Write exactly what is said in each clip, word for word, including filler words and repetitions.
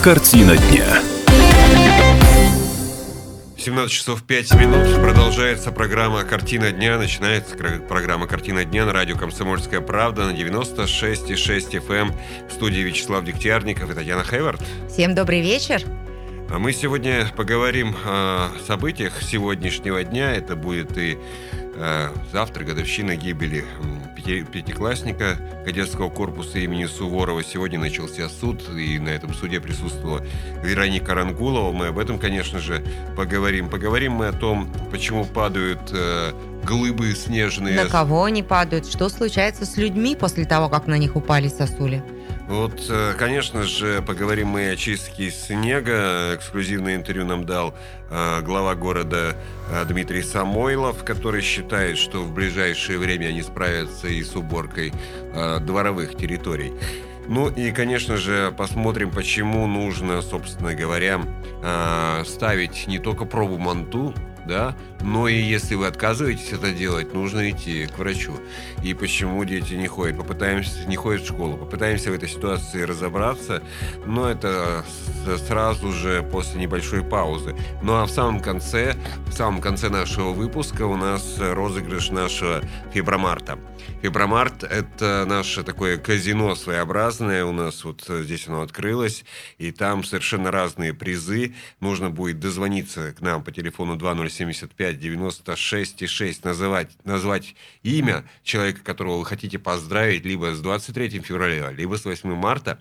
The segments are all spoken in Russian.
Картина дня. семнадцать часов пять минут. Продолжается программа «Картина дня». Начинается программа «Картина дня» на радио «Комсомольская правда» на девяносто шесть и шесть эф эм. В студии Вячеслав Дегтярников и Татьяна Хейвард. Всем добрый вечер. А мы сегодня поговорим о событиях сегодняшнего дня. Это будет и э, завтра годовщина гибели пяти, пятиклассника кадетского корпуса имени Суворова. Сегодня начался суд, и на этом суде присутствовала Вероника Рангулова. Мы об этом, конечно же, поговорим. Поговорим мы о том, почему падают э, глыбы снежные. На кого они падают? Что случается с людьми после того, как на них упали сосули? Вот, конечно же, поговорим мы о чистке снега. Эксклюзивное интервью нам дал э, глава города э, Дмитрий Самойлов, который считает, что в ближайшее время они справятся и с уборкой э, дворовых территорий. Ну и, конечно же, посмотрим, почему нужно, собственно говоря, э, ставить не только пробу МАНТУ, да, но и если вы отказываетесь это делать, нужно идти к врачу. И почему дети не ходят? Попытаемся, не ходят в школу. Попытаемся в этой ситуации разобраться, но это сразу же после небольшой паузы. Ну а в самом конце, в самом конце нашего выпуска у нас розыгрыш нашего Фибромарта. Фибромарт — это наше такое казино своеобразное. У нас вот здесь оно открылось, и там совершенно разные призы. Нужно будет дозвониться к нам по телефону два ноль семьдесят пять девяносто шесть шесть, называть, назвать имя человека, которого вы хотите поздравить либо с двадцать третьим февраля, либо с восьмым марта.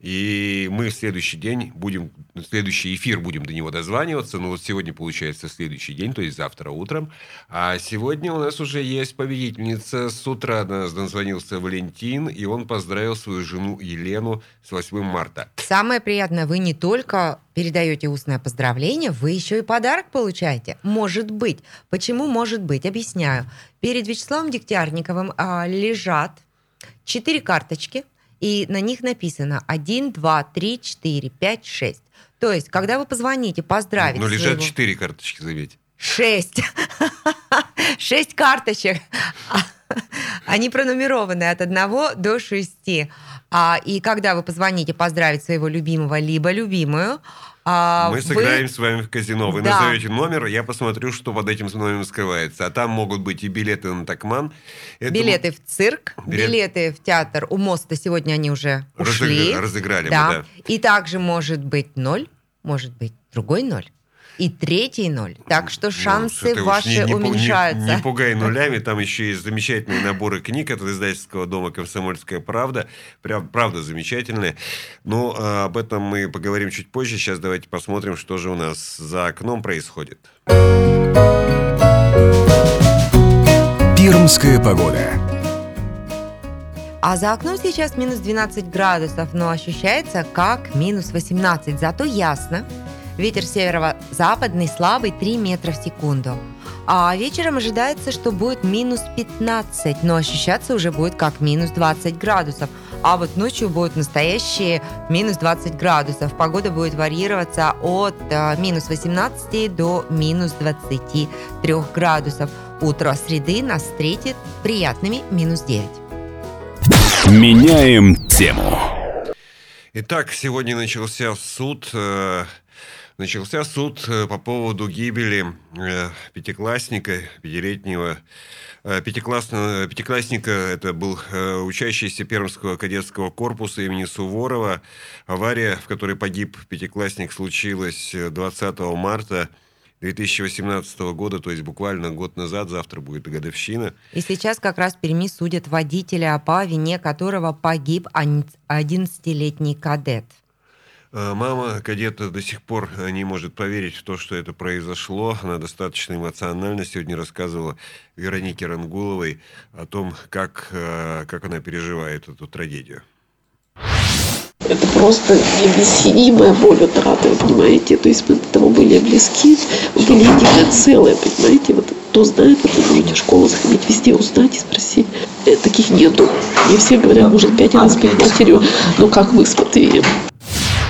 И мы в следующий день будем, в следующий эфир будем до него дозваниваться. Ну вот сегодня получается следующий день, то есть завтра утром. А сегодня у нас уже есть победительница. С утра нас дозвонился Валентин, и он поздравил свою жену Елену с восьмым марта. Самое приятное, вы не только передаете устное поздравление, вы еще и подарок получаете. Может быть. Почему может быть? Объясняю. Перед Вячеславом Дегтярниковым а, лежат четыре карточки, и на них написано один, два, три, четыре, пять, шесть. То есть, когда вы позвоните поздравить Но лежат своего... четыре карточки, заметьте. Шесть. Шесть карточек. Они пронумерованы от одного до шести. А, и когда вы позвоните поздравить своего любимого либо любимую, а, мы вы... сыграем с вами в казино. Вы да. назовете номер, я посмотрю, что под этим номером скрывается. А там могут быть и билеты на Такман. Это... Билеты в цирк, Билет... билеты в театр у моста. Сегодня они уже ушли. Разыграли, разыграли да. мы, да. И также может быть ноль, может быть другой ноль. И третий ноль. Так что шансы ну, ваши не, не, уменьшаются. Не, не пугай нулями. Там еще есть замечательные наборы книг от издательского дома «Комсомольская правда». Прям, правда замечательные. Но а, об этом мы поговорим чуть позже. Сейчас давайте посмотрим, что же у нас за окном происходит. Пермская погода. А за окном сейчас минус двенадцать градусов, но ощущается как минус восемнадцать. Зато ясно. Ветер северо-западный слабый три метра в секунду. А вечером ожидается, что будет минус пятнадцать, но ощущаться уже будет как минус двадцать градусов. А вот ночью будет настоящие минус двадцать градусов. Погода будет варьироваться от а, минус восемнадцати до минус двадцати трёх градусов. Утро среды нас встретит приятными минус девять. Меняем тему. Итак, сегодня начался суд... Э- Начался суд по поводу гибели пятиклассника, пятилетнего пятиклассного, пятиклассника. Это был учащийся Пермского кадетского корпуса имени Суворова. Авария, в которой погиб пятиклассник, случилась двадцатого марта две тысячи восемнадцатого года, то есть буквально год назад. Завтра будет годовщина. И сейчас как раз в Перми судят водителя, по вине которого погиб одиннадцатилетний кадет. Мама кадета до сих пор не может поверить в то, что это произошло. Она достаточно эмоционально сегодня рассказывала Веронике Рангуловой о том, как, как она переживает эту трагедию. Это просто необъяснимая боль утраты, понимаете? То есть мы до того были близки, мы были единое целое, понимаете? Вот кто знает, вот вы можете в школу сходить, везде узнать и спросить. Таких нету. И все говорят, может, пять раз перед матерью, но как вы с Матвеем?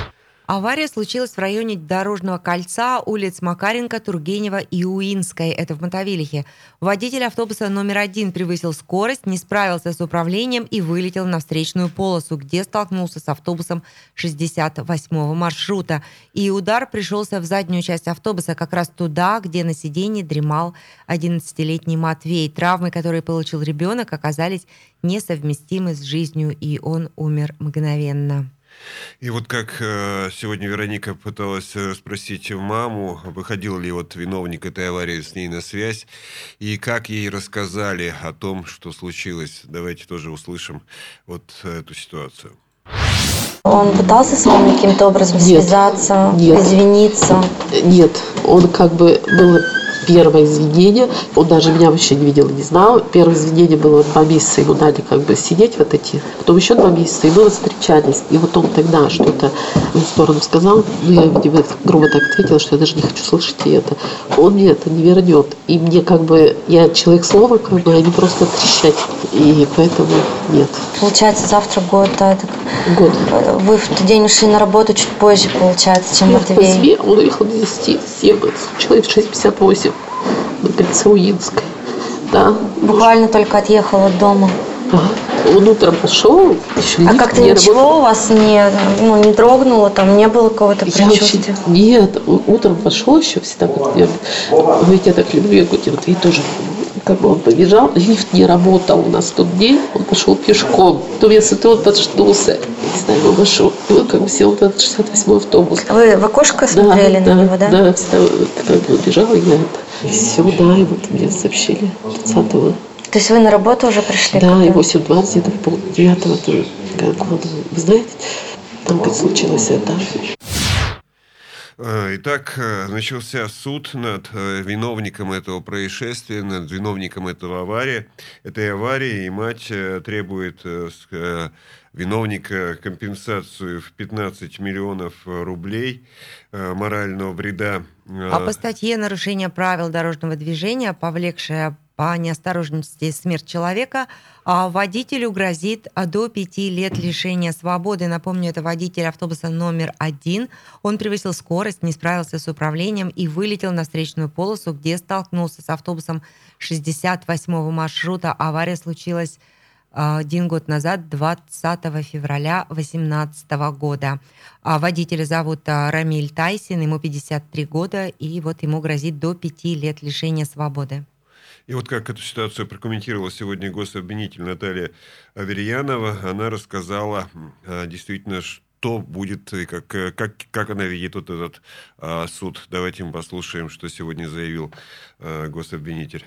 Авария случилась в районе Дорожного кольца, улиц Макаренко, Тургенева и Уинской. Это в Мотовилихе. Водитель автобуса номер один превысил скорость, не справился с управлением и вылетел на встречную полосу, где столкнулся с автобусом шестьдесят восьмого маршрута. И удар пришелся в заднюю часть автобуса, как раз туда, где на сиденье дремал одиннадцатилетний Матвей. Травмы, которые получил ребенок, оказались несовместимы с жизнью, и он умер мгновенно. И вот как э, сегодня Вероника пыталась э, спросить маму, выходил ли вот виновник этой аварии с ней на связь, и как ей рассказали о том, что случилось. Давайте тоже услышим вот эту ситуацию. Он пытался с вами каким-то образом Нет. связаться, Нет. извиниться? Нет, он как бы было первое извинение, он даже меня вообще не видел, не знал. Первое извинение было два месяца, ему дали как бы сидеть вот эти. Потом еще два месяца, и мы вот встречались. И вот он тогда что-то в мою сторону сказал, ну я, видимо, грубо так ответила, что я даже не хочу слышать и это. Он мне это не вернет. И мне как бы, я человек слова, как бы, а не просто трещать. И поэтому нет. Получается, завтра год, да, так Год. вы в тот день ушли на работу чуть позже, получается, чем Нет, Матвей. восьми, он уехал в десять, семь, человек в шесть пятьдесят восемь на улице Уинской. Да. Буквально только отъехал от дома. Ага. Он утром пошел, еще А лифт как-то не ничего работал. у вас не, ну, не дрогнуло, там не было какого-то Я вообще, предчувствия? нет, он утром пошел еще всегда, как я, вы я так люблю, я говорю, вот и тоже, как бы он побежал, лифт не работал у нас в тот день, он пошел пешком. То вместо того он подшнулся, я не знаю, он пошел, и он как бы сел в этот шестьдесят восьмой автобус. Вы в окошко смотрели да, на него, да? Да, всегда, вот, как бы он бежал, и я это, все, да, и вот мне сообщили двадцатого. То есть вы на работу уже пришли? Да, когда? и восемь двадцать, где-то в полдевятого, как он, вы знаете, там как случилось это. Э, Итак, э, начался суд над э, виновником этого происшествия, над виновником этого аварии, этой аварии, и мать э, требует э, с э, виновника компенсацию в пятнадцать миллионов рублей э, морального вреда. э, А по статье «Нарушение правил дорожного движения, повлекшее по неосторожности смерть человека», а водителю грозит а, до пяти лет лишения свободы. Напомню, это водитель автобуса номер один. Он превысил скорость, не справился с управлением и вылетел на встречную полосу, где столкнулся с автобусом шестьдесят восьмого маршрута. Авария случилась а, один год назад, двадцатого февраля две тысячи восемнадцатого года. А водителя зовут а, Рамиль Тайсин, ему пятьдесят три года, и вот ему грозит до пяти лет лишения свободы. И вот как эту ситуацию прокомментировала сегодня гособвинитель Наталья Аверьянова, она рассказала а, действительно, что будет и как, как, как она видит вот этот а, суд. Давайте мы послушаем, что сегодня заявил а, гособвинитель.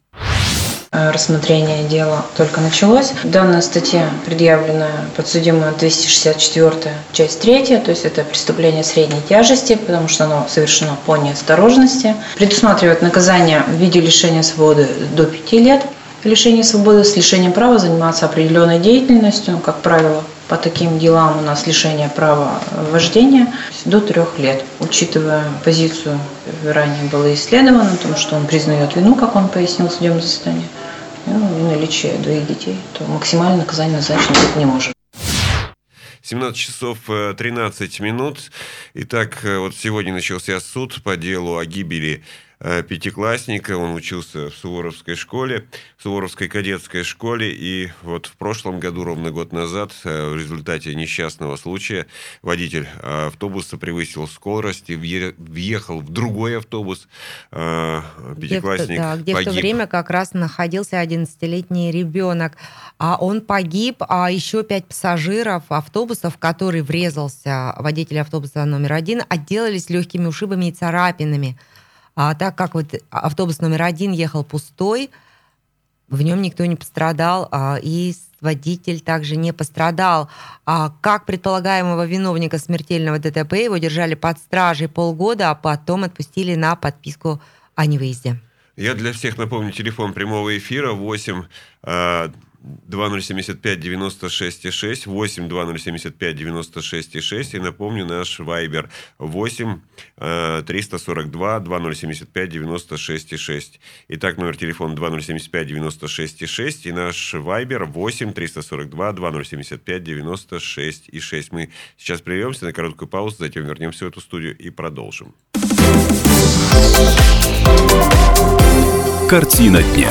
Рассмотрение дела только началось. Данная статья предъявлена подсудимую двести шестьдесят четвёртая, часть третья, то есть это преступление средней тяжести, потому что оно совершено по неосторожности. Предусматривает наказание в виде лишения свободы до пяти лет лишения свободы с лишением права заниматься определенной деятельностью. Как правило, по таким делам у нас лишение права вождения до трех лет. Учитывая позицию, ранее было исследовано, о том, что он признает вину, как он пояснил в судебном заседании, ну, и наличие двоих детей, то максимальное наказание назначено быть не может. семнадцать часов тринадцать минут. Итак, вот сегодня начался суд по делу о гибели пятиклассника. Он учился в Суворовской школе, в Суворовской кадетской школе. И вот в прошлом году, ровно год назад, в результате несчастного случая водитель автобуса превысил скорость и въехал в другой автобус. Пятиклассник где, да, где погиб. в то время как раз находился одиннадцатилетний ребенок. А он погиб, а еще пять пассажиров автобуса, в который врезался водитель автобуса номер один, отделались легкими ушибами и царапинами. А так как вот автобус номер один ехал пустой, в нем никто не пострадал, а, и водитель также не пострадал. А как предполагаемого виновника смертельного ДТП его держали под стражей полгода, а потом отпустили на подписку о невыезде. Я для всех напомню телефон прямого эфира восемь два ноль семь пять девяносто шесть шесть, восемь два ноль семь пять девяносто шесть шесть. И напомню, наш вайбер восемь триста сорок два двадцать ноль семьдесят пять девяносто шесть шесть. Итак, номер телефона два ноль семь пять девяносто шесть шесть и наш вайбер восемь триста сорок два двадцать ноль семьдесят пять девяносто шесть шесть. Мы сейчас прервемся на короткую паузу, затем вернемся в эту студию и продолжим. Картина дня.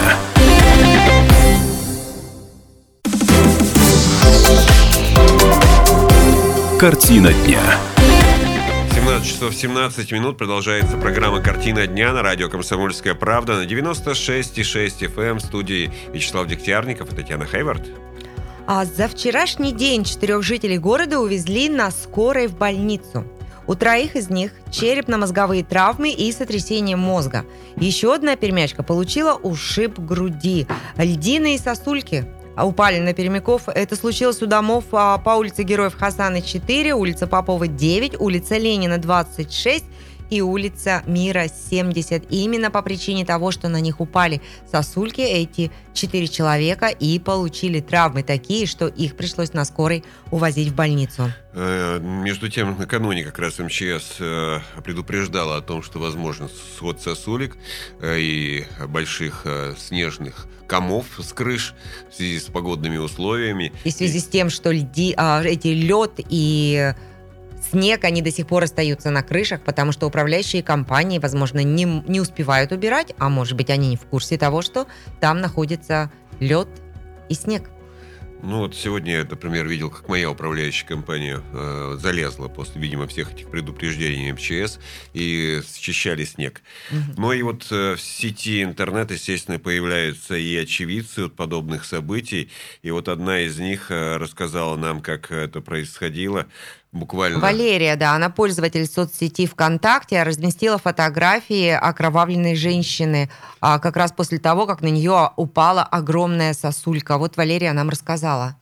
Картина дня. семнадцать часов семнадцать минут. Продолжается программа «Картина дня» на радио «Комсомольская правда» на девяносто шесть и шесть эф эм. В студии Вячеслав Дегтярников и Татьяна Хейвард. А за вчерашний день четырех жителей города увезли на скорой в больницу. У троих из них черепно-мозговые травмы и сотрясение мозга. Еще одна пермячка получила ушиб груди. Льдины и сосульки упали на пермяков. Это случилось у домов по улице Героев Хасана четыре, улица Попова девять, улица Ленина двадцать шесть и улица Мира семьдесят. И именно по причине того, что на них упали сосульки, эти четыре человека и получили травмы такие, что их пришлось на скорой увозить в больницу. Между тем, накануне как раз эм че эс предупреждала о том, что возможен сход сосулек и больших снежных комов с крыш в связи с погодными условиями. И в связи с тем, что льди, а, эти лед и снег, они до сих пор остаются на крышах, потому что управляющие компании, возможно, не, не успевают убирать, а может быть, они не в курсе того, что там находится лед и снег. Ну вот сегодня я, например, видел, как моя управляющая компания э, залезла после, видимо, всех этих предупреждений эм че эс и счищали снег. Угу. Но и вот э, в сети интернет, естественно, появляются и очевидцы от подобных событий. И вот одна из них э, рассказала нам, как это происходило. Буквально. Валерия, да, она пользователь соцсети ВКонтакте, разместила фотографии окровавленной женщины а, как раз после того, как на нее упала огромная сосулька. Вот Валерия нам рассказала.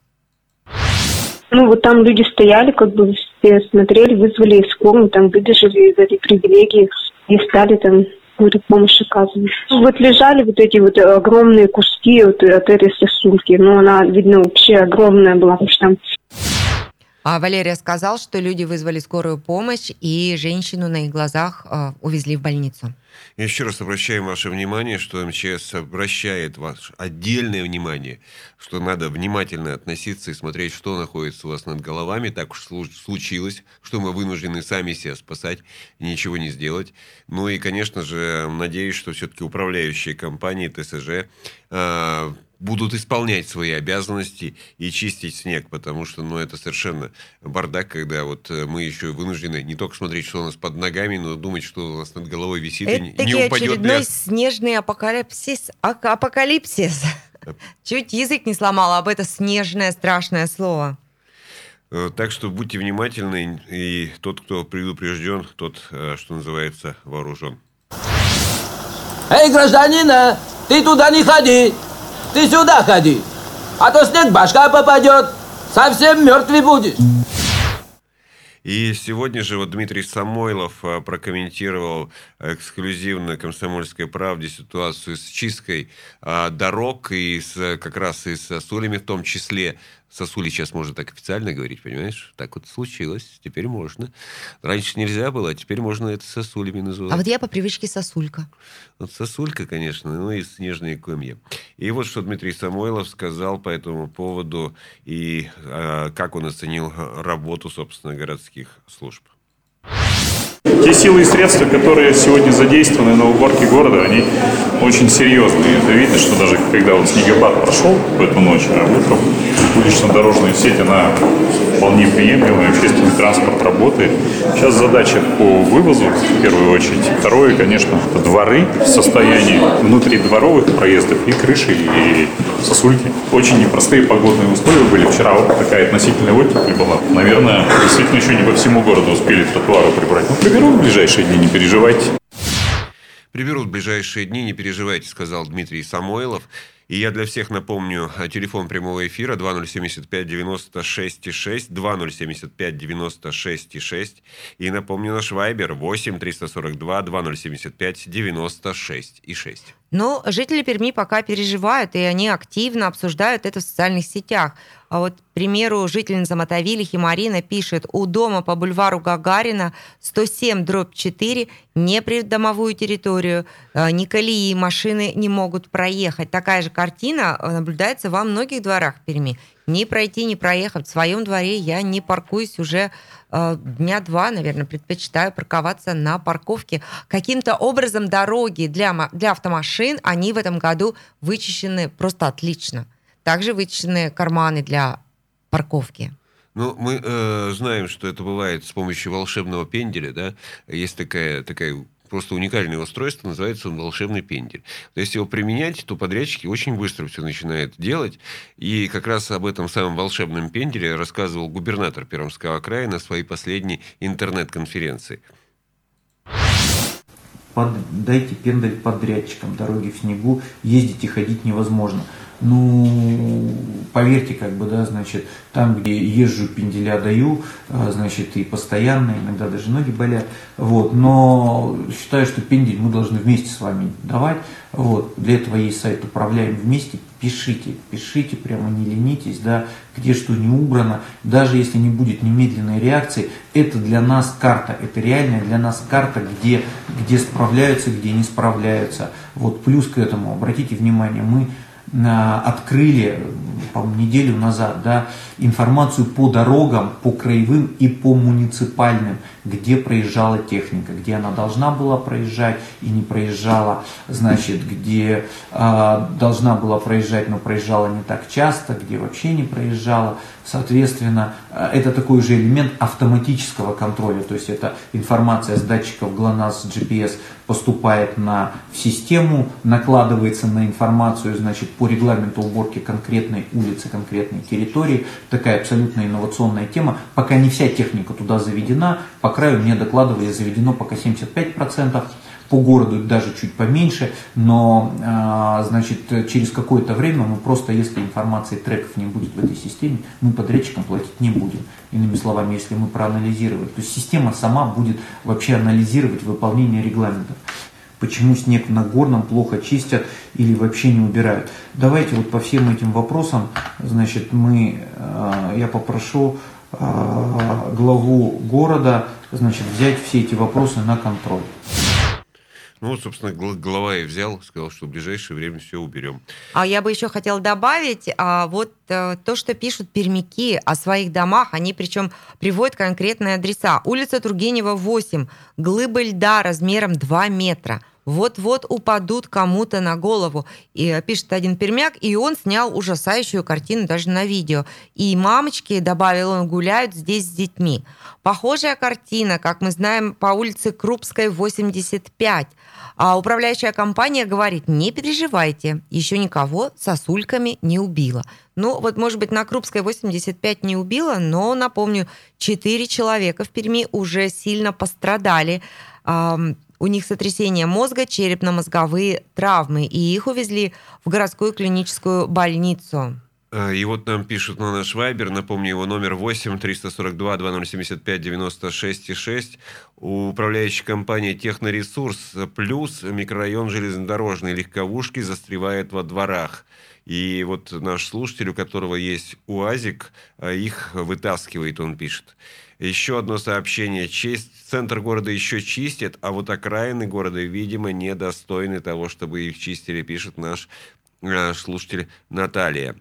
Ну, вот там люди стояли, как бы все смотрели, вызвали скорую, там выбежали из этой привилегии и стали там какую-то помощь оказывать. Вот лежали вот эти вот огромные куски вот от этой сосульки, но она, видно, вообще огромная была, потому что там... А Валерия сказал, что люди вызвали скорую помощь и женщину на их глазах э, увезли в больницу. Еще раз обращаем ваше внимание, что эм че эс обращает ваше отдельное внимание, что надо внимательно относиться и смотреть, что находится у вас над головами. Так уж случилось, что мы вынуждены сами себя спасать и ничего не сделать. Ну и, конечно же, надеюсь, что все-таки управляющие компании тэ эс жэ э, будут исполнять свои обязанности и чистить снег, потому что, ну, это совершенно бардак, когда вот мы еще вынуждены не только смотреть, что у нас под ногами, но думать, что у нас над головой висит это и не таки упадет очередной ли... снежный апокалипсис. Апокалипсис. Чуть язык не сломала об это снежное страшное слово. Так что будьте внимательны, и тот, кто предупрежден, тот, что называется, вооружен. Эй, гражданина, ты туда не ходи! Ты сюда ходи, а то снег башка попадет, совсем мертвый будешь. И сегодня же вот Дмитрий Самойлов прокомментировал эксклюзивно «Комсомольской правде» ситуацию с чисткой дорог и с, как раз и с сосулями в том числе. Сосули сейчас можно так официально говорить, понимаешь? Так вот случилось, теперь можно. Раньше нельзя было, а теперь можно это сосулями называть. А вот я по привычке сосулька. Вот сосулька, конечно, ну и снежные комья. И вот что Дмитрий Самойлов сказал по этому поводу и э, как он оценил работу, собственно, городских служб. Те силы и средства, которые сегодня задействованы на уборке города, они очень серьезные. Это видно, что даже когда вот снегопад прошел в эту ночь, а утром улично-дорожная сеть, она вполне приемлемая, общественный транспорт работает. Сейчас задача по вывозу, в первую очередь. Второе, конечно, дворы в состоянии внутридворовых проездов и крыши, и сосульки. Очень непростые погодные условия были. Вчера вот такая относительная оттепель была. Наверное, действительно еще не по всему городу успели тротуары прибрать. Ну, приберут в ближайшие дни, не переживайте. Приберут в ближайшие дни, не переживайте, сказал Дмитрий Самойлов. И я для всех напомню телефон прямого эфира два ноль семь пять девяносто шесть шесть, два ноль семь пять девяносто шесть шесть. И напомню наш вайбер восемь триста сорок два двадцать ноль семьдесят пять девяносто шесть шесть. Но жители Перми пока переживают, и они активно обсуждают это в социальных сетях. А вот, к примеру, жительница Мотовилихи Марина пишет: у дома по бульвару Гагарина сто семь дробь четыре не придомовую территорию, ни колеи, машины не могут проехать. Такая же картина наблюдается во многих дворах Перми. Ни пройти, ни проехать. В своем дворе я не паркуюсь уже э, дня два, наверное, предпочитаю парковаться на парковке. Каким-то образом дороги для, для автомашин, они в этом году вычищены просто отлично. Также вычищены карманы для парковки. Ну, мы э, знаем, что это бывает с помощью волшебного пенделя, да. Есть такая, такая просто уникальное устройство, называется он волшебный пендель. То есть его применять, то подрядчики очень быстро все начинают делать. И как раз об этом самом волшебном пенделе рассказывал губернатор Пермского края на своей последней интернет-конференции. Под, дайте пендель подрядчикам, дороги в снегу, ездить и ходить невозможно. Ну, поверьте, как бы, да, значит, там, где езжу, пенделя даю, значит, и постоянно, иногда даже ноги болят, вот, но считаю, что пендель мы должны вместе с вами давать, вот, для этого есть сайт «Управляем вместе», пишите, пишите, прямо не ленитесь, да, где что не убрано, даже если не будет немедленной реакции, это для нас карта, это реальная для нас карта, где, где справляются, где не справляются, вот, плюс к этому, обратите внимание, мы открыли, по-моему, неделю назад, да, информацию по дорогам, по краевым и по муниципальным, где проезжала техника, где она должна была проезжать и не проезжала, значит, где э, должна была проезжать, но проезжала не так часто, где вообще не проезжала. Соответственно, это такой же элемент автоматического контроля, то есть это информация с датчиков ГЛОНАСС, джи пи эс поступает на, в систему, накладывается на информацию, значит, по регламенту уборки конкретной улицы, конкретной территории. Такая абсолютно инновационная тема. Пока не вся техника туда заведена, по краю мне докладывали, заведено пока семьдесят пять процентов. По городу даже чуть поменьше, но, значит, через какое-то время мы просто, если информации треков не будет в этой системе, мы подрядчикам платить не будем. Иными словами, если мы проанализировали, то есть система сама будет вообще анализировать выполнение регламентов. Почему снег в Нагорном плохо чистят или вообще не убирают? Давайте вот по всем этим вопросам, значит, мы, я попрошу главу города, значит, взять все эти вопросы на контроль. Ну, вот, собственно, глава и взял, сказал, что в ближайшее время все уберем. А я бы еще хотела добавить, а, вот а, то, что пишут пермяки о своих домах, они причем приводят конкретные адреса. Улица Тургенева, восемь, глыбы льда размером два метра. Вот-вот упадут кому-то на голову. И пишет один пермяк, и он снял ужасающую картину даже на видео. И мамочки, добавил он, гуляют здесь с детьми. Похожая картина, как мы знаем, по улице Крупской, восемьдесят пять. А управляющая компания говорит: не переживайте, еще никого сосульками не убила. Ну, вот, может быть, на Крупской восемьдесят пять не убила, но, напомню, четыре человека в Перми уже сильно пострадали. У них сотрясение мозга, черепно-мозговые травмы, и их увезли в городскую клиническую больницу. И вот нам пишут на наш вайбер, напомню, его номер восемь триста сорок два двадцать семьдесят пять девяносто шесть шесть. У управляющей компании «Техноресурс плюс» микрорайон железнодорожной легковушки застревает во дворах. И вот наш слушатель, у которого есть УАЗик, их вытаскивает, он пишет. Еще одно сообщение. Честь, центр города еще чистят, а вот окраины города, видимо, недостойны того, чтобы их чистили, пишет наш, наш слушатель Наталья.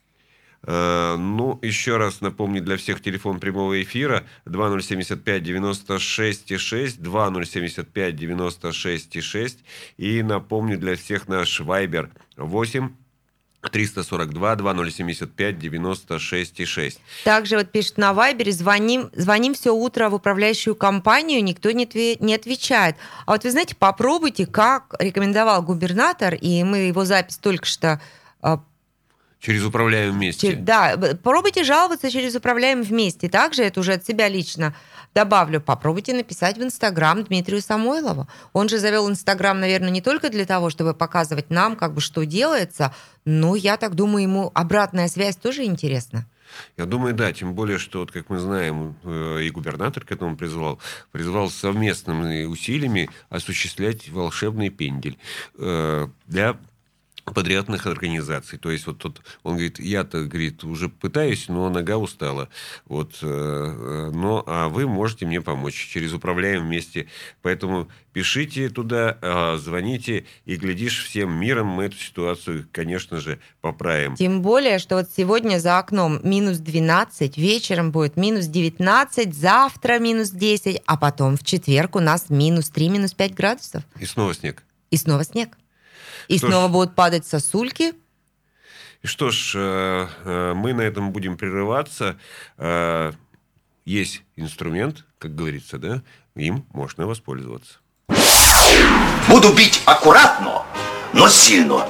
Ну, еще раз напомню для всех телефон прямого эфира два ноль семь пять девяносто шесть шесть, два ноль семь пять девяносто шесть шесть. И напомню для всех наш вайбер восемь триста сорок два двадцать семьдесят пять девяносто шесть шесть. Также вот пишет на вайбере: звоним, звоним все утро в управляющую компанию, никто не, тве- не отвечает. А вот вы знаете, попробуйте, как рекомендовал губернатор, и мы его запись только что... Через «Управляем вместе». Да, попробуйте жаловаться через «Управляем вместе». Также, это уже от себя лично добавлю, попробуйте написать в Инстаграм Дмитрию Самойлову. Он же завел Инстаграм, наверное, не только для того, чтобы показывать нам, как бы, что делается, но, я так думаю, ему обратная связь тоже интересна. Я думаю, да, тем более, что, вот, как мы знаем, и губернатор к этому призвал, призвал совместными усилиями осуществлять волшебный пендель для подрядных организаций. То есть, вот тут он говорит, я-то, говорит, уже пытаюсь, но нога устала. Вот, э, но, а вы можете мне помочь через «Управляем вместе». Поэтому пишите туда, э, звоните, и, глядишь, всем миром мы эту ситуацию, конечно же, поправим. Тем более, что вот сегодня за окном минус двенадцать, вечером будет минус девятнадцать, завтра минус десять, а потом в четверг у нас минус три, минус пять градусов. И снова снег. И снова снег. И Что снова ж, будут падать сосульки. И что ж, э, э, мы на этом будем прерываться. Э, есть инструмент, как говорится, да, им можно воспользоваться. Буду бить аккуратно, но сильно.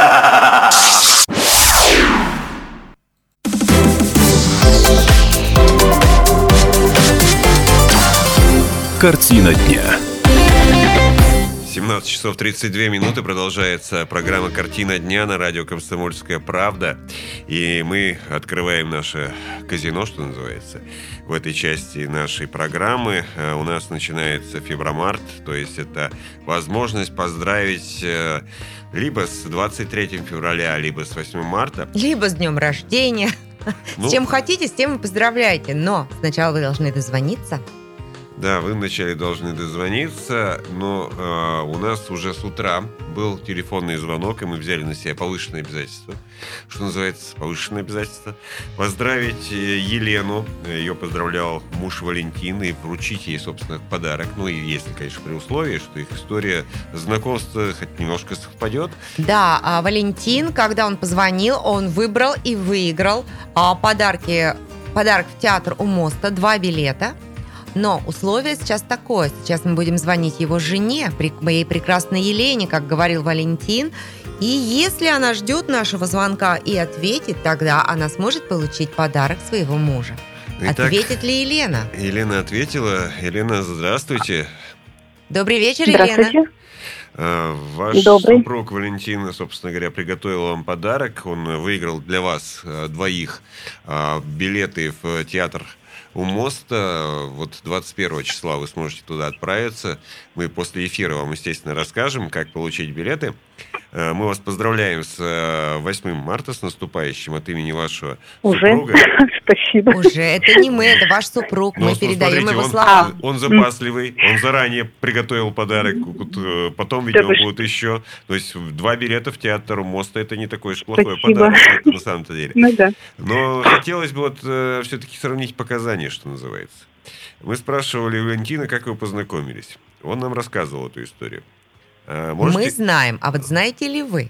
Картина дня. семнадцать часов тридцать две минуты, продолжается программа «Картина дня» на радио «Комсомольская правда». И мы открываем наше казино, что называется. В этой части нашей программы у нас начинается февромарт, то есть это возможность поздравить либо с двадцать третьим февраля, либо с восьмым марта. Либо с днем рождения. Ну, с чем хотите, с тем и поздравляйте. Но сначала вы должны дозвониться. Да, вы вначале должны дозвониться, но э, у нас уже с утра был телефонный звонок, и мы взяли на себя повышенное обязательство, что называется, повышенное обязательство, поздравить Елену, ее поздравлял муж Валентин, и вручить ей, собственно, подарок, ну и если, конечно, при условии, что их история знакомства хоть немножко совпадет. Да, а Валентин, когда он позвонил, он выбрал и выиграл а, подарки, подарок в театр у моста, два билета. Но условие сейчас такое. Сейчас мы будем звонить его жене, моей прекрасной Елене, как говорил Валентин. И если она ждет нашего звонка и ответит, тогда она сможет получить подарок своего мужа. Итак, ответит ли Елена? Елена ответила. Елена, здравствуйте. Добрый вечер, Здравствуйте. Елена. Ваш Добрый. супруг Валентин, собственно говоря, приготовил вам подарок. Он выиграл для вас двоих билеты в театр у моста. Вот двадцать первого числа вы сможете туда отправиться. Мы после эфира вам, естественно, расскажем, как получить билеты. Мы вас поздравляем с восьмым марта, с наступающим от имени вашего Уже? супруга. Спасибо. Уже это не мы, это ваш супруг. Ну, Мы передаем смотрите, его он, слова. он запасливый, он заранее приготовил подарок, вот, потом, видимо, Да вы будут еще. То есть два билета в театр у моста — это не такой уж плохой Спасибо. подарок на самом-то деле. Ну да. Но хотелось бы вот э, все-таки сравнить показания, что называется. Мы спрашивали у Валентина, как вы познакомились. Он нам рассказывал эту историю. А, можете... Мы знаем, а вот знаете ли вы?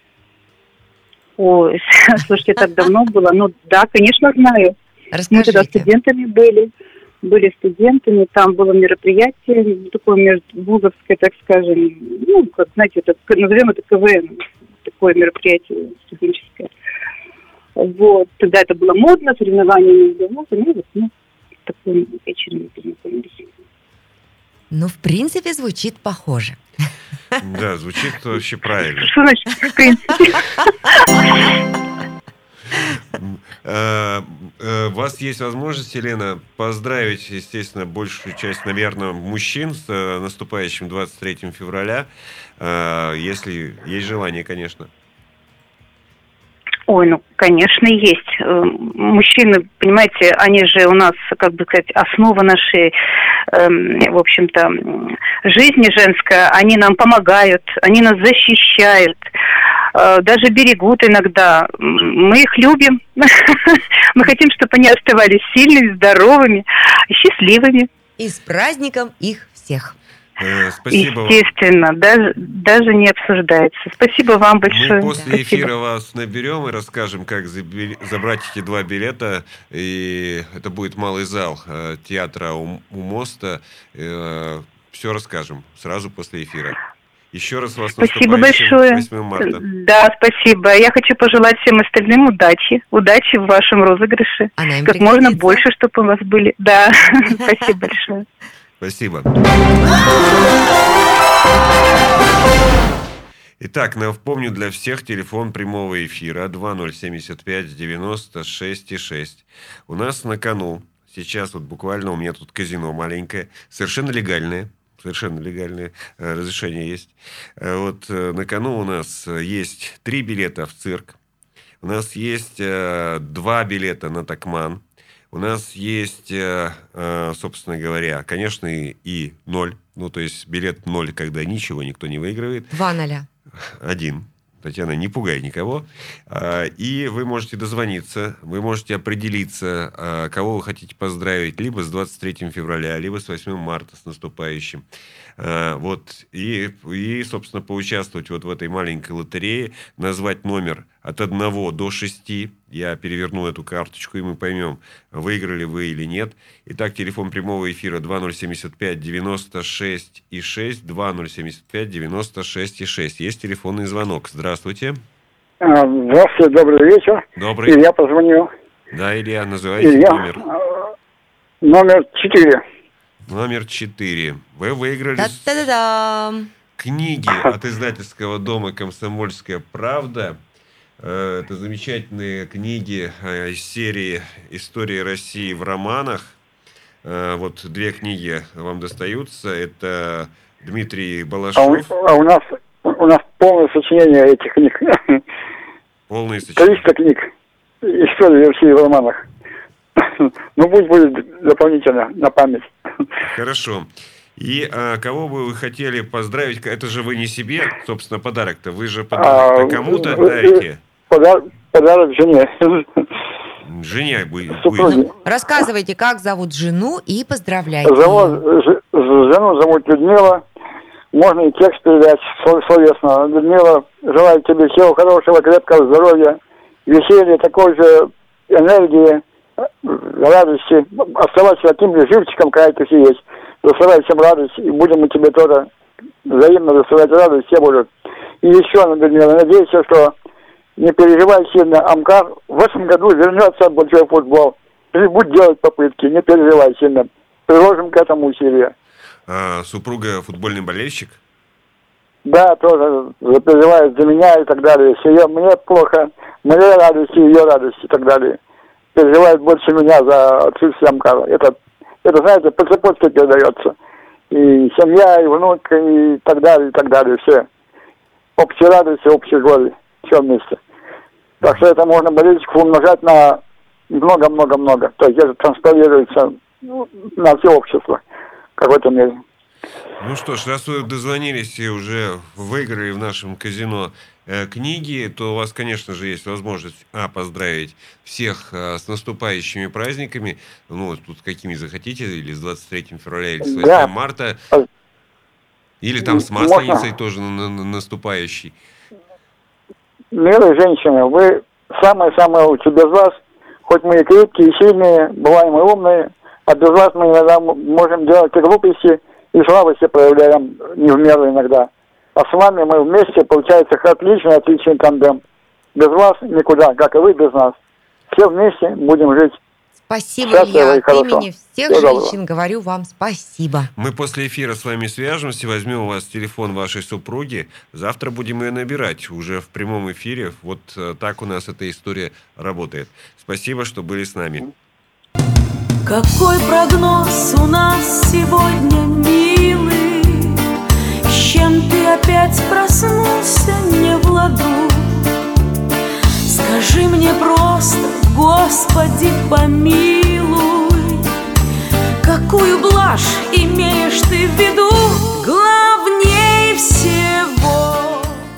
Ой, слушайте, так давно было. Ну да, конечно, знаю. Мы тогда Расскажите. студентами были. Были студентами, там было мероприятие, такое межвузовское, так скажем, ну, как, знаете, это, назовем это КВН, такое мероприятие студенческое. Вот, тогда это было модно, соревнования между вузами, и вот, ну, такой вечером мы познакомились. Ну, в принципе, звучит похоже. Да, звучит вообще правильно. Что значит, в принципе? У вас есть возможность, Елена, поздравить, естественно, большую часть, наверное, мужчин с наступающим двадцать третьим февраля, если есть желание, конечно. Ой, ну, конечно, есть. Мужчины, понимаете, они же у нас, как бы сказать, основа нашей, в общем-то, жизни женской. Они нам помогают, они нас защищают, даже берегут иногда. Мы их любим. Мы хотим, чтобы они оставались сильными, здоровыми, счастливыми. И с праздником их всех. Спасибо вам. Естественно, даже, даже не обсуждается. Спасибо вам большое. Мы после Спасибо. эфира вас наберем и расскажем, как забрать эти два билета. И это будет малый зал театра у моста. Все расскажем сразу после эфира. Еще раз вас Спасибо наступающим большое. восьмым марта. Да, спасибо. Я хочу пожелать всем остальным удачи. Удачи в вашем розыгрыше. Она им как можно пригодится. больше, чтобы у вас были. Да, спасибо большое. Спасибо. Итак, напомню для всех телефон прямого эфира два ноль семь пять девяносто шесть шесть. У нас на кону сейчас вот буквально у меня тут казино маленькое, совершенно легальное. Совершенно легальное разрешение есть. Вот на кону у нас есть три билета в цирк. У нас есть два билета на Токман. У нас есть, собственно говоря, конечно, и ноль. Ну, то есть билет ноль, когда ничего никто не выигрывает. Два ноля. Один. Татьяна, не пугай никого. И вы можете дозвониться, вы можете определиться, кого вы хотите поздравить, либо с двадцать третьим февраля, либо с восьмым марта, с наступающим. Вот. И, и, собственно, поучаствовать вот в этой маленькой лотерее, назвать номер от одного до шести. Я переверну эту карточку, и мы поймем, выиграли вы или нет. Итак, телефон прямого эфира два ноль семь пять девяносто шесть шесть, два ноль семь пять девяносто шесть шесть. Есть телефонный звонок. Здравствуйте. Здравствуйте, добрый вечер. Добрый. Илья позвонил. Да, Илья, называйте Илья, номер. Номер четыре. Номер четыре. Вы выиграли Та-да-да-дам. книги от издательского дома «Комсомольская правда». Это замечательные книги из серии «История России в романах». Вот две книги вам достаются. Это Дмитрий Балашов. А у, а у нас у нас полное сочинение этих книг. Полное сочинение. триста книг. История России в романах. Ну, пусть будет дополнительно на память. Хорошо. И а, кого бы вы хотели поздравить? Это же вы не себе, собственно, подарок-то. Вы же подарок-то А, кому-то э, дарите. Подар- подарок жене. Жене будет. Супруге. Рассказывайте, как зовут жену, и поздравляйте. Зовут, ж- жену зовут Людмила. Можно и текст передать слов- словесно. Людмила, желаю тебе всего хорошего, крепкого здоровья, веселья, такой же энергии, радости. Оставайся таким же живчиком, какая ты есть. Доставай всем радость, и будем мы тебе тоже взаимно доставлять радость, все будут. И еще, Людмила, надеюсь, что не переживай сильно, Амкар в этом году вернется в большой футбол. Ты будь делать попытки, не переживай сильно. Приложим к этому усилия. А, супруга футбольный болельщик? Да, тоже переживает за меня и так далее. Если я, мне плохо, моей радости, ее радости и так далее. Переживает больше меня за отсутствие Амкара. Это, это, знаете, по цепочке передается. И семья, и внук, и так далее, и так далее. Все. Общие радости, общие годы. Все вместе. Так что это можно болельщиков умножать на много-много-много. То есть это транслируется ну, на все общество в какой-то мере. Ну что ж, раз вы дозвонились и уже выиграли в нашем казино э, книги, то у вас, конечно же, есть возможность а, поздравить всех э, с наступающими праздниками, ну, тут какими захотите, или с двадцать третьим февраля, или с восьмым Да. марта, или там с Масленицей тоже на, на, наступающей. Милые женщины, вы самые-самые лучшие. Без вас, хоть мы и крепкие, и сильные, бываем и умные, а без вас мы иногда можем делать и глупости, и слабости проявляем не в меру иногда. А с вами мы вместе, получается, отличный, отличный тандем. Без вас никуда, как и вы без нас. Все вместе будем жить. Спасибо, счастливо Илья. и От хорошо. имени всех Всего женщин доброго. говорю вам спасибо. Мы после эфира с вами свяжемся, возьмем у вас телефон вашей супруги. Завтра будем ее набирать уже в прямом эфире. Вот э, так у нас эта история работает. Спасибо, что были с нами. Какой прогноз у нас сегодня, милый? С чем ты опять проснулся не в ладу? Скажи мне просто, Господи, помилуй, какую блажь имеешь ты в виду? Главнее всего.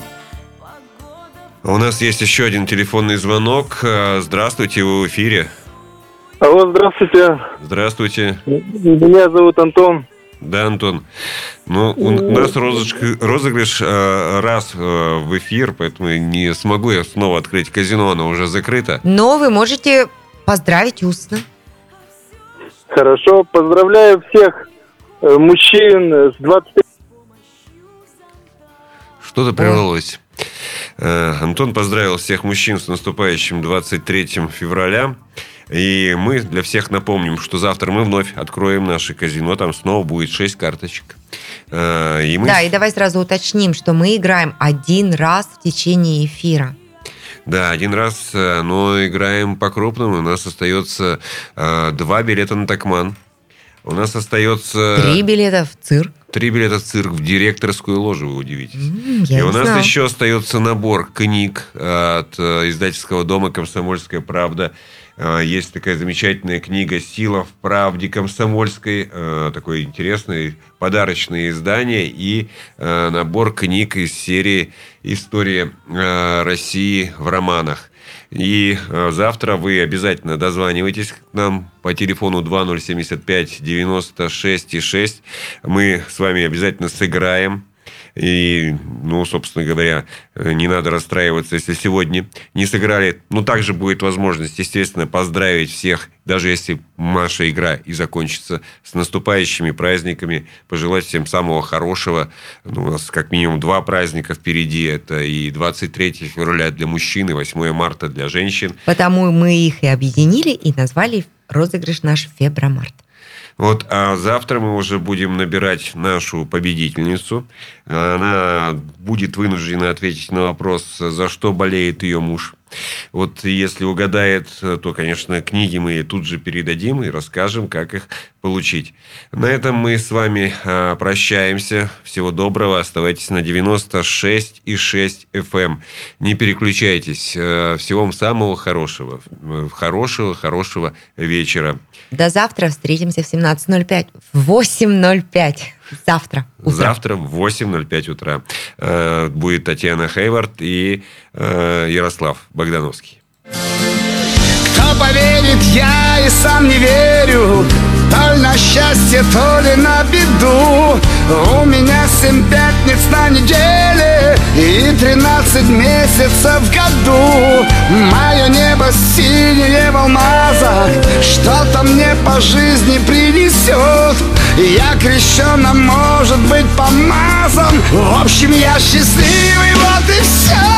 У нас есть еще один телефонный звонок. Э, Здравствуйте, вы в эфире. Алло, здравствуйте. Здравствуйте. Меня зовут Антон. Да, Антон. Ну, у нас розыгрыш, розыгрыш э, раз э, в эфир, поэтому не смогу я снова открыть казино, оно уже закрыто. Но вы можете поздравить устно. Хорошо, поздравляю всех э, мужчин с двадцать пятым. Что-то прервалось. Э, Антон поздравил всех мужчин с наступающим двадцать третьим февраля. И мы для всех напомним, что завтра мы вновь откроем наше казино. Там снова будет шесть карточек. И мы... Да, и давай сразу уточним, что мы играем один раз в течение эфира. Да, один раз, но играем по-крупному. У нас остается э, два билета на Токман. У нас остается... Три билета в цирк. Три билета в цирк, в директорскую ложу, вы удивитесь. Mm, я И не у нас знала. еще остается набор книг от издательского дома «Комсомольская правда». Есть такая замечательная книга «Сила в правде комсомольской». Такое интересное подарочное издание. И набор книг из серии «История России в романах». И завтра вы обязательно дозванивайтесь к нам по телефону два ноль семь пять девяносто шесть шесть. Мы с вами обязательно сыграем. И, ну, собственно говоря, не надо расстраиваться, если сегодня не сыграли. Ну, также будет возможность, естественно, поздравить всех, даже если наша игра и закончится, с наступающими праздниками, пожелать всем самого хорошего. Ну, у нас как минимум два праздника впереди. Это и двадцать третьего февраля для мужчин, и восьмого марта для женщин. Потому мы их и объединили, и назвали розыгрыш наш «Фебромарт». Вот, а завтра мы уже будем набирать нашу победительницу. Она будет вынуждена ответить на вопрос, за что болеет ее муж. Вот если угадает, то, конечно, книги мы тут же передадим и расскажем, как их получить. На этом мы с вами а, прощаемся. Всего доброго. Оставайтесь на девяносто шесть и шесть эф эм. Не переключайтесь. Всего вам самого хорошего. Хорошего, хорошего вечера. До завтра. Встретимся в семнадцать ноль пять. В восемь ноль пять. Завтра. Утром. Завтра в восемь ноль пять утра э, будет Татьяна Хейвард и э, Ярослав Богдановский. Кто поверит, я и сам не верю, то ли на счастье, то ли на беду. У меня семь пятниц на неделе и тринадцать месяцев в году. Мое небо синее в алмазах что-то мне по жизни принесет. Я крещен, а может быть помазан. В общем, я счастливый, вот и все.